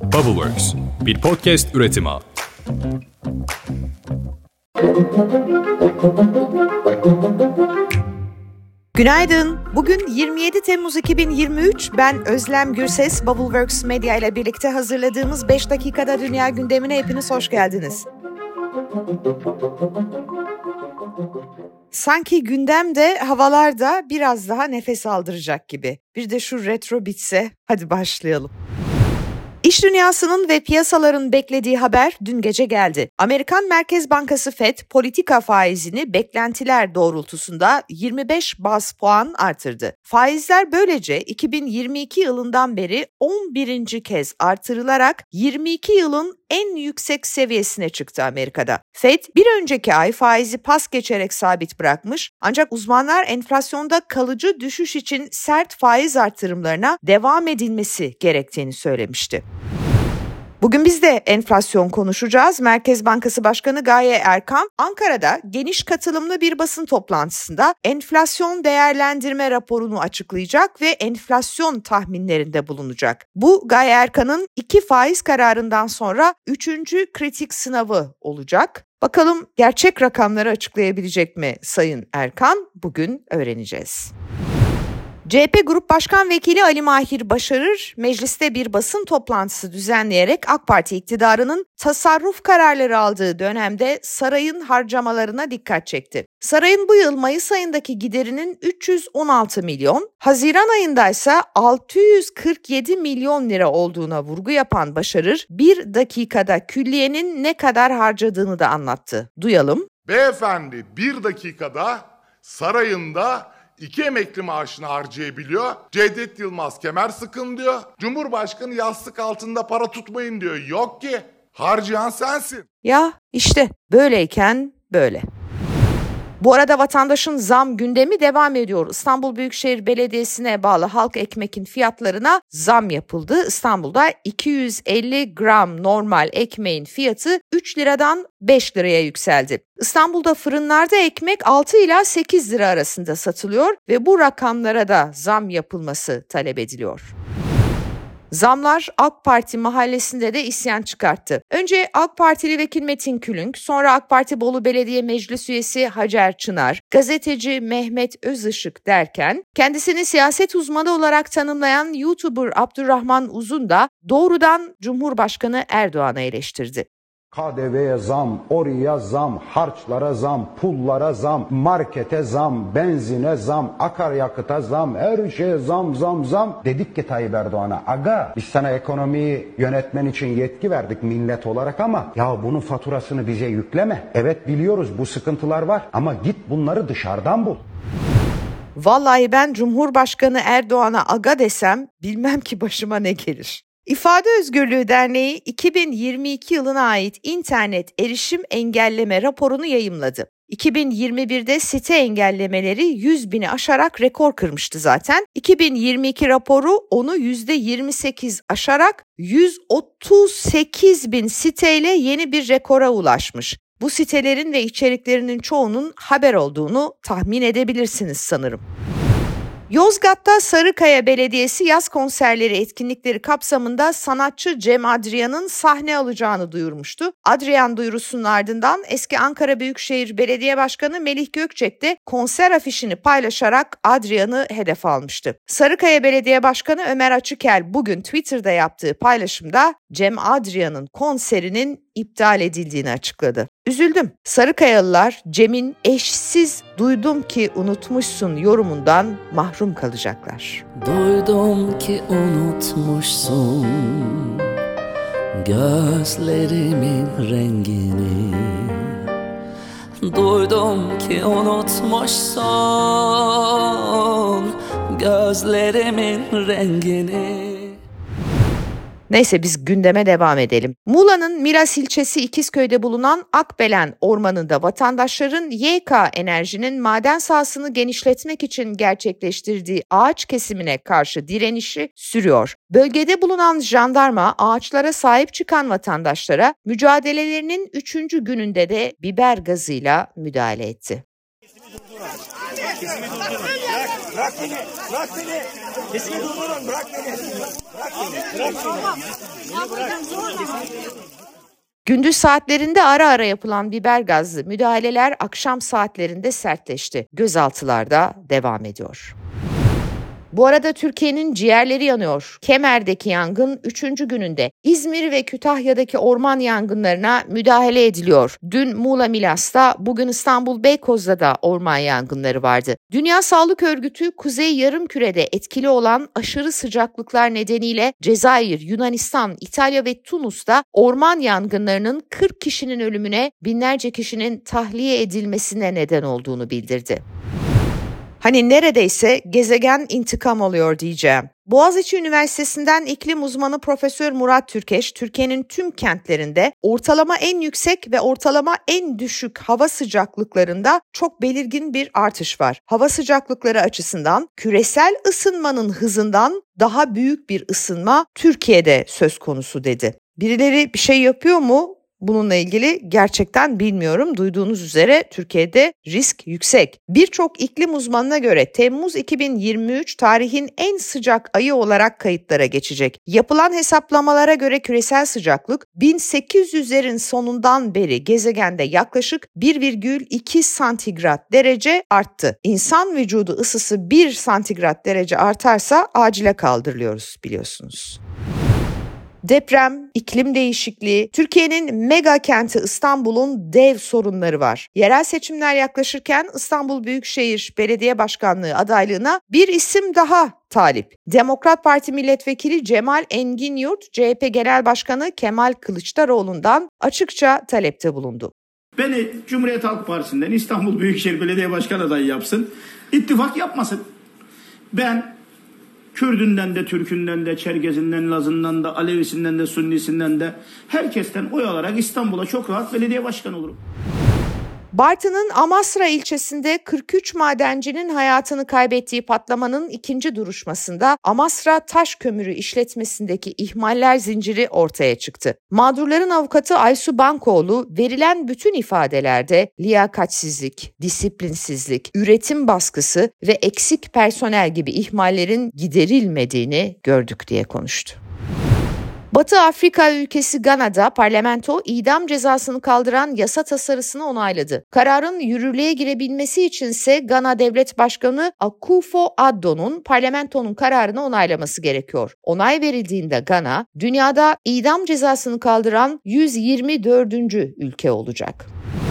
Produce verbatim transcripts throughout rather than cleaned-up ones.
Bubbleworks, bir podcast üretimi. Günaydın. Bugün yirmi yedi Temmuz iki bin yirmi üç. Ben Özlem Gürses. Bubbleworks Medya ile birlikte hazırladığımız beş dakikada dünya gündemine hepiniz hoş geldiniz. Sanki gündem de havalarda biraz daha nefes aldıracak gibi. Bir de şu retro bitse, hadi başlayalım. İş dünyasının ve piyasaların beklediği haber dün gece geldi. Amerikan Merkez Bankası Fed politika faizini beklentiler doğrultusunda yirmi beş baz puan artırdı. Faizler böylece iki bin yirmi iki yılından beri on birinci kez artırılarak yirmi iki yılın en yüksek seviyesine çıktı Amerika'da. Fed bir önceki ay faizi pas geçerek sabit bırakmış, ancak uzmanlar enflasyonda kalıcı düşüş için sert faiz artırımlarına devam edilmesi gerektiğini söylemişti. Bugün biz de enflasyon konuşacağız. Merkez Bankası Başkanı Gaye Erkan, Ankara'da geniş katılımlı bir basın toplantısında enflasyon değerlendirme raporunu açıklayacak ve enflasyon tahminlerinde bulunacak. Bu Gaye Erkan'ın iki faiz kararından sonra üçüncü kritik sınavı olacak. Bakalım gerçek rakamları açıklayabilecek mi Sayın Erkan? Bugün öğreneceğiz. C H P Grup Başkan Vekili Ali Mahir Başarır, mecliste bir basın toplantısı düzenleyerek AK Parti iktidarının tasarruf kararları aldığı dönemde sarayın harcamalarına dikkat çekti. Sarayın bu yıl Mayıs ayındaki giderinin üç yüz on altı milyon, Haziran ayındaysa altı yüz kırk yedi milyon lira olduğuna vurgu yapan Başarır, bir dakikada külliyenin ne kadar harcadığını da anlattı. Duyalım. Beyefendi bir dakikada sarayında İki emekli maaşını harcayabiliyor. Cevdet Yılmaz kemer sıkın diyor. Cumhurbaşkanı yastık altında para tutmayın diyor. Yok ki. Harcayan sensin. Ya işte böyleyken böyle. Bu arada vatandaşın zam gündemi devam ediyor. İstanbul Büyükşehir Belediyesi'ne bağlı halk ekmekin fiyatlarına zam yapıldı. İstanbul'da iki yüz elli gram normal ekmeğin fiyatı üç liradan beş liraya yükseldi. İstanbul'da fırınlarda ekmek altı ila sekiz lira arasında satılıyor ve bu rakamlara da zam yapılması talep ediliyor. Zamlar AK Parti mahallesinde de isyan çıkarttı. Önce AK Partili vekil Metin Külünk, sonra AK Parti Bolu Belediye Meclis Üyesi Hacer Çınar, gazeteci Mehmet Özışık derken kendisini siyaset uzmanı olarak tanımlayan YouTuber Abdurrahman Uzun da doğrudan Cumhurbaşkanı Erdoğan'ı eleştirdi. K D V'ye zam, oraya zam, harçlara zam, pullara zam, markete zam, benzine zam, akaryakıta zam, her şeye zam zam zam. Dedik ki Tayyip Erdoğan'a, aga biz sana ekonomiyi yönetmen için yetki verdik millet olarak ama ya bunun faturasını bize yükleme. Evet biliyoruz bu sıkıntılar var ama git bunları dışarıdan bul. Vallahi ben Cumhurbaşkanı Erdoğan'a aga desem bilmem ki başıma ne gelir. İfade Özgürlüğü Derneği iki bin yirmi iki yılına ait internet erişim engelleme raporunu yayımladı. iki bin yirmi birde site engellemeleri yüz bini aşarak rekor kırmıştı zaten. iki bin yirmi iki raporu onu yüzde yirmi sekiz aşarak yüz otuz sekiz bin siteyle yeni bir rekora ulaşmış. Bu sitelerin ve içeriklerinin çoğunun haber olduğunu tahmin edebilirsiniz sanırım. Yozgat'ta Sarıkaya Belediyesi yaz konserleri etkinlikleri kapsamında sanatçı Cem Adrian'ın sahne alacağını duyurmuştu. Adrian duyurusunun ardından eski Ankara Büyükşehir Belediye Başkanı Melih Gökçek de konser afişini paylaşarak Adrian'ı hedef almıştı. Sarıkaya Belediye Başkanı Ömer Açıkel bugün Twitter'da yaptığı paylaşımda Cem Adrian'ın konserinin iptal edildiğini açıkladı. Üzüldüm. Sarıkayalılar Cem'in eşsiz "duydum ki unutmuşsun" yorumundan mahrum kalacaklar. Duydum ki unutmuşsun gözlerimin rengini. Duydum ki unutmuşsun gözlerimin rengini. Neyse biz gündeme devam edelim. Muğla'nın Milas ilçesi İkizköy'de bulunan Akbelen Ormanı'nda vatandaşların Y K Enerji'nin maden sahasını genişletmek için gerçekleştirdiği ağaç kesimine karşı direnişi sürüyor. Bölgede bulunan jandarma ağaçlara sahip çıkan vatandaşlara mücadelelerinin üçüncü gününde de biber gazıyla müdahale etti. Kesimi durdurun. Bırak, bırak beni. Bırak beni. Kesimi durdurun. Bırak beni. Bırak beni. Bırak beni. Beni bırak. Gündüz saatlerinde ara ara yapılan biber gazlı müdahaleler akşam saatlerinde sertleşti. Gözaltılar da devam ediyor. Bu arada Türkiye'nin ciğerleri yanıyor. Kemer'deki yangın üçüncü gününde. İzmir ve Kütahya'daki orman yangınlarına müdahale ediliyor. Dün Muğla Milas'ta, bugün İstanbul Beykoz'da da orman yangınları vardı. Dünya Sağlık Örgütü, Kuzey Yarımküre'de etkili olan aşırı sıcaklıklar nedeniyle Cezayir, Yunanistan, İtalya ve Tunus'ta orman yangınlarının kırk kişinin ölümüne, binlerce kişinin tahliye edilmesine neden olduğunu bildirdi. Hani neredeyse gezegen intikam alıyor diyeceğim. Boğaziçi Üniversitesi'nden iklim uzmanı Profesör Murat Türkeş, Türkiye'nin tüm kentlerinde ortalama en yüksek ve ortalama en düşük hava sıcaklıklarında çok belirgin bir artış var. Hava sıcaklıkları açısından küresel ısınmanın hızından daha büyük bir ısınma Türkiye'de söz konusu dedi. Birileri bir şey yapıyor mu? Bununla ilgili gerçekten bilmiyorum. Duyduğunuz üzere Türkiye'de risk yüksek. Birçok iklim uzmanına göre Temmuz iki bin yirmi üç tarihin en sıcak ayı olarak kayıtlara geçecek. Yapılan hesaplamalara göre küresel sıcaklık bin sekiz yüzlerin sonundan beri gezegende yaklaşık bir virgül iki santigrat derece arttı. İnsan vücudu ısısı bir santigrat derece artarsa acile kaldırılıyoruz biliyorsunuz. Deprem, iklim değişikliği, Türkiye'nin mega kenti İstanbul'un dev sorunları var. Yerel seçimler yaklaşırken İstanbul Büyükşehir Belediye Başkanlığı adaylığına bir isim daha talip. Demokrat Parti Milletvekili Cemal Enginyurt, C H P Genel Başkanı Kemal Kılıçdaroğlu'ndan açıkça talepte bulundu. Beni Cumhuriyet Halk Partisi'nden İstanbul Büyükşehir Belediye Başkanı adayı yapsın, ittifak yapmasın. Ben Kürdünden de, Türkünden de, Çerkezinden, Lazından da, Alevisinden de, Sünnisinden de herkesten oy alarak İstanbul'a çok rahat belediye başkanı olurum. Bartın'ın Amasra ilçesinde kırk üç madencinin hayatını kaybettiği patlamanın ikinci duruşmasında Amasra Taş Kömürü işletmesindeki ihmaller zinciri ortaya çıktı. Mağdurların avukatı Aysu Bankoğlu verilen bütün ifadelerde liyakatsizlik, disiplinsizlik, üretim baskısı ve eksik personel gibi ihmallerin giderilmediğini gördük diye konuştu. Batı Afrika ülkesi Gana'da parlamento idam cezasını kaldıran yasa tasarısını onayladı. Kararın yürürlüğe girebilmesi içinse Gana Devlet Başkanı Akufo-Addo'nun parlamentonun kararını onaylaması gerekiyor. Onay verildiğinde Gana, dünyada idam cezasını kaldıran yüz yirmi dördüncü ülke olacak.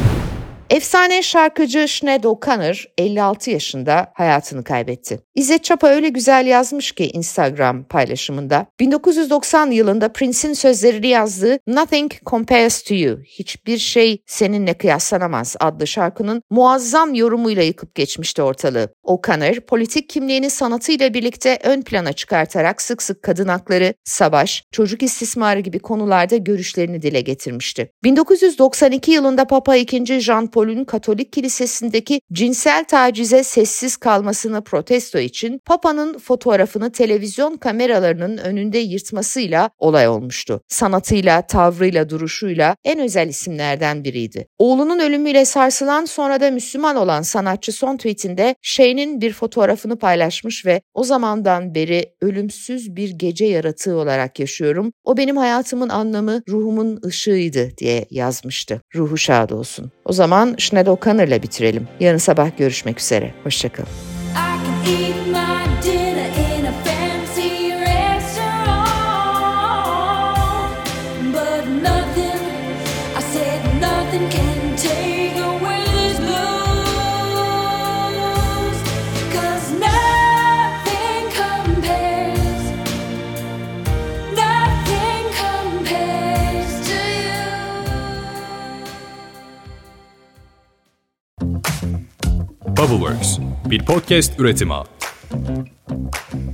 Efsane şarkıcı Sinéad O'Connor elli altı yaşında hayatını kaybetti. İzzet Çapa öyle güzel yazmış ki Instagram paylaşımında. bin dokuz yüz doksan yılında Prince'in sözlerini yazdığı Nothing Compares to You, Hiçbir Şey Seninle Kıyaslanamaz adlı şarkının muazzam yorumuyla yıkıp geçmişti ortalığı. O'Connor, politik kimliğini sanatıyla birlikte ön plana çıkartarak sık sık kadın hakları, savaş, çocuk istismarı gibi konularda görüşlerini dile getirmişti. bin dokuz yüz doksan iki yılında Papa ikinci. Jean Paul'un Katolik Kilisesi'ndeki cinsel tacize sessiz kalmasını protesto için Papa'nın fotoğrafını televizyon kameralarının önünde yırtmasıyla olay olmuştu. Sanatıyla, tavrıyla, duruşuyla en özel isimlerden biriydi. Oğlunun ölümüyle sarsılan, sonra da Müslüman olan sanatçı son tweetinde Şeyh'nin bir fotoğrafını paylaşmış ve o zamandan beri ölümsüz bir gece yaratığı olarak yaşıyorum. O benim hayatımın anlamı, ruhumun ışığıydı diye yazmıştı. Ruhu şad olsun. O zaman Sinéad O'Connor'la bitirelim. Yarın sabah görüşmek üzere. Hoşçakalın. Bubbleworks, bir podcast üretimi.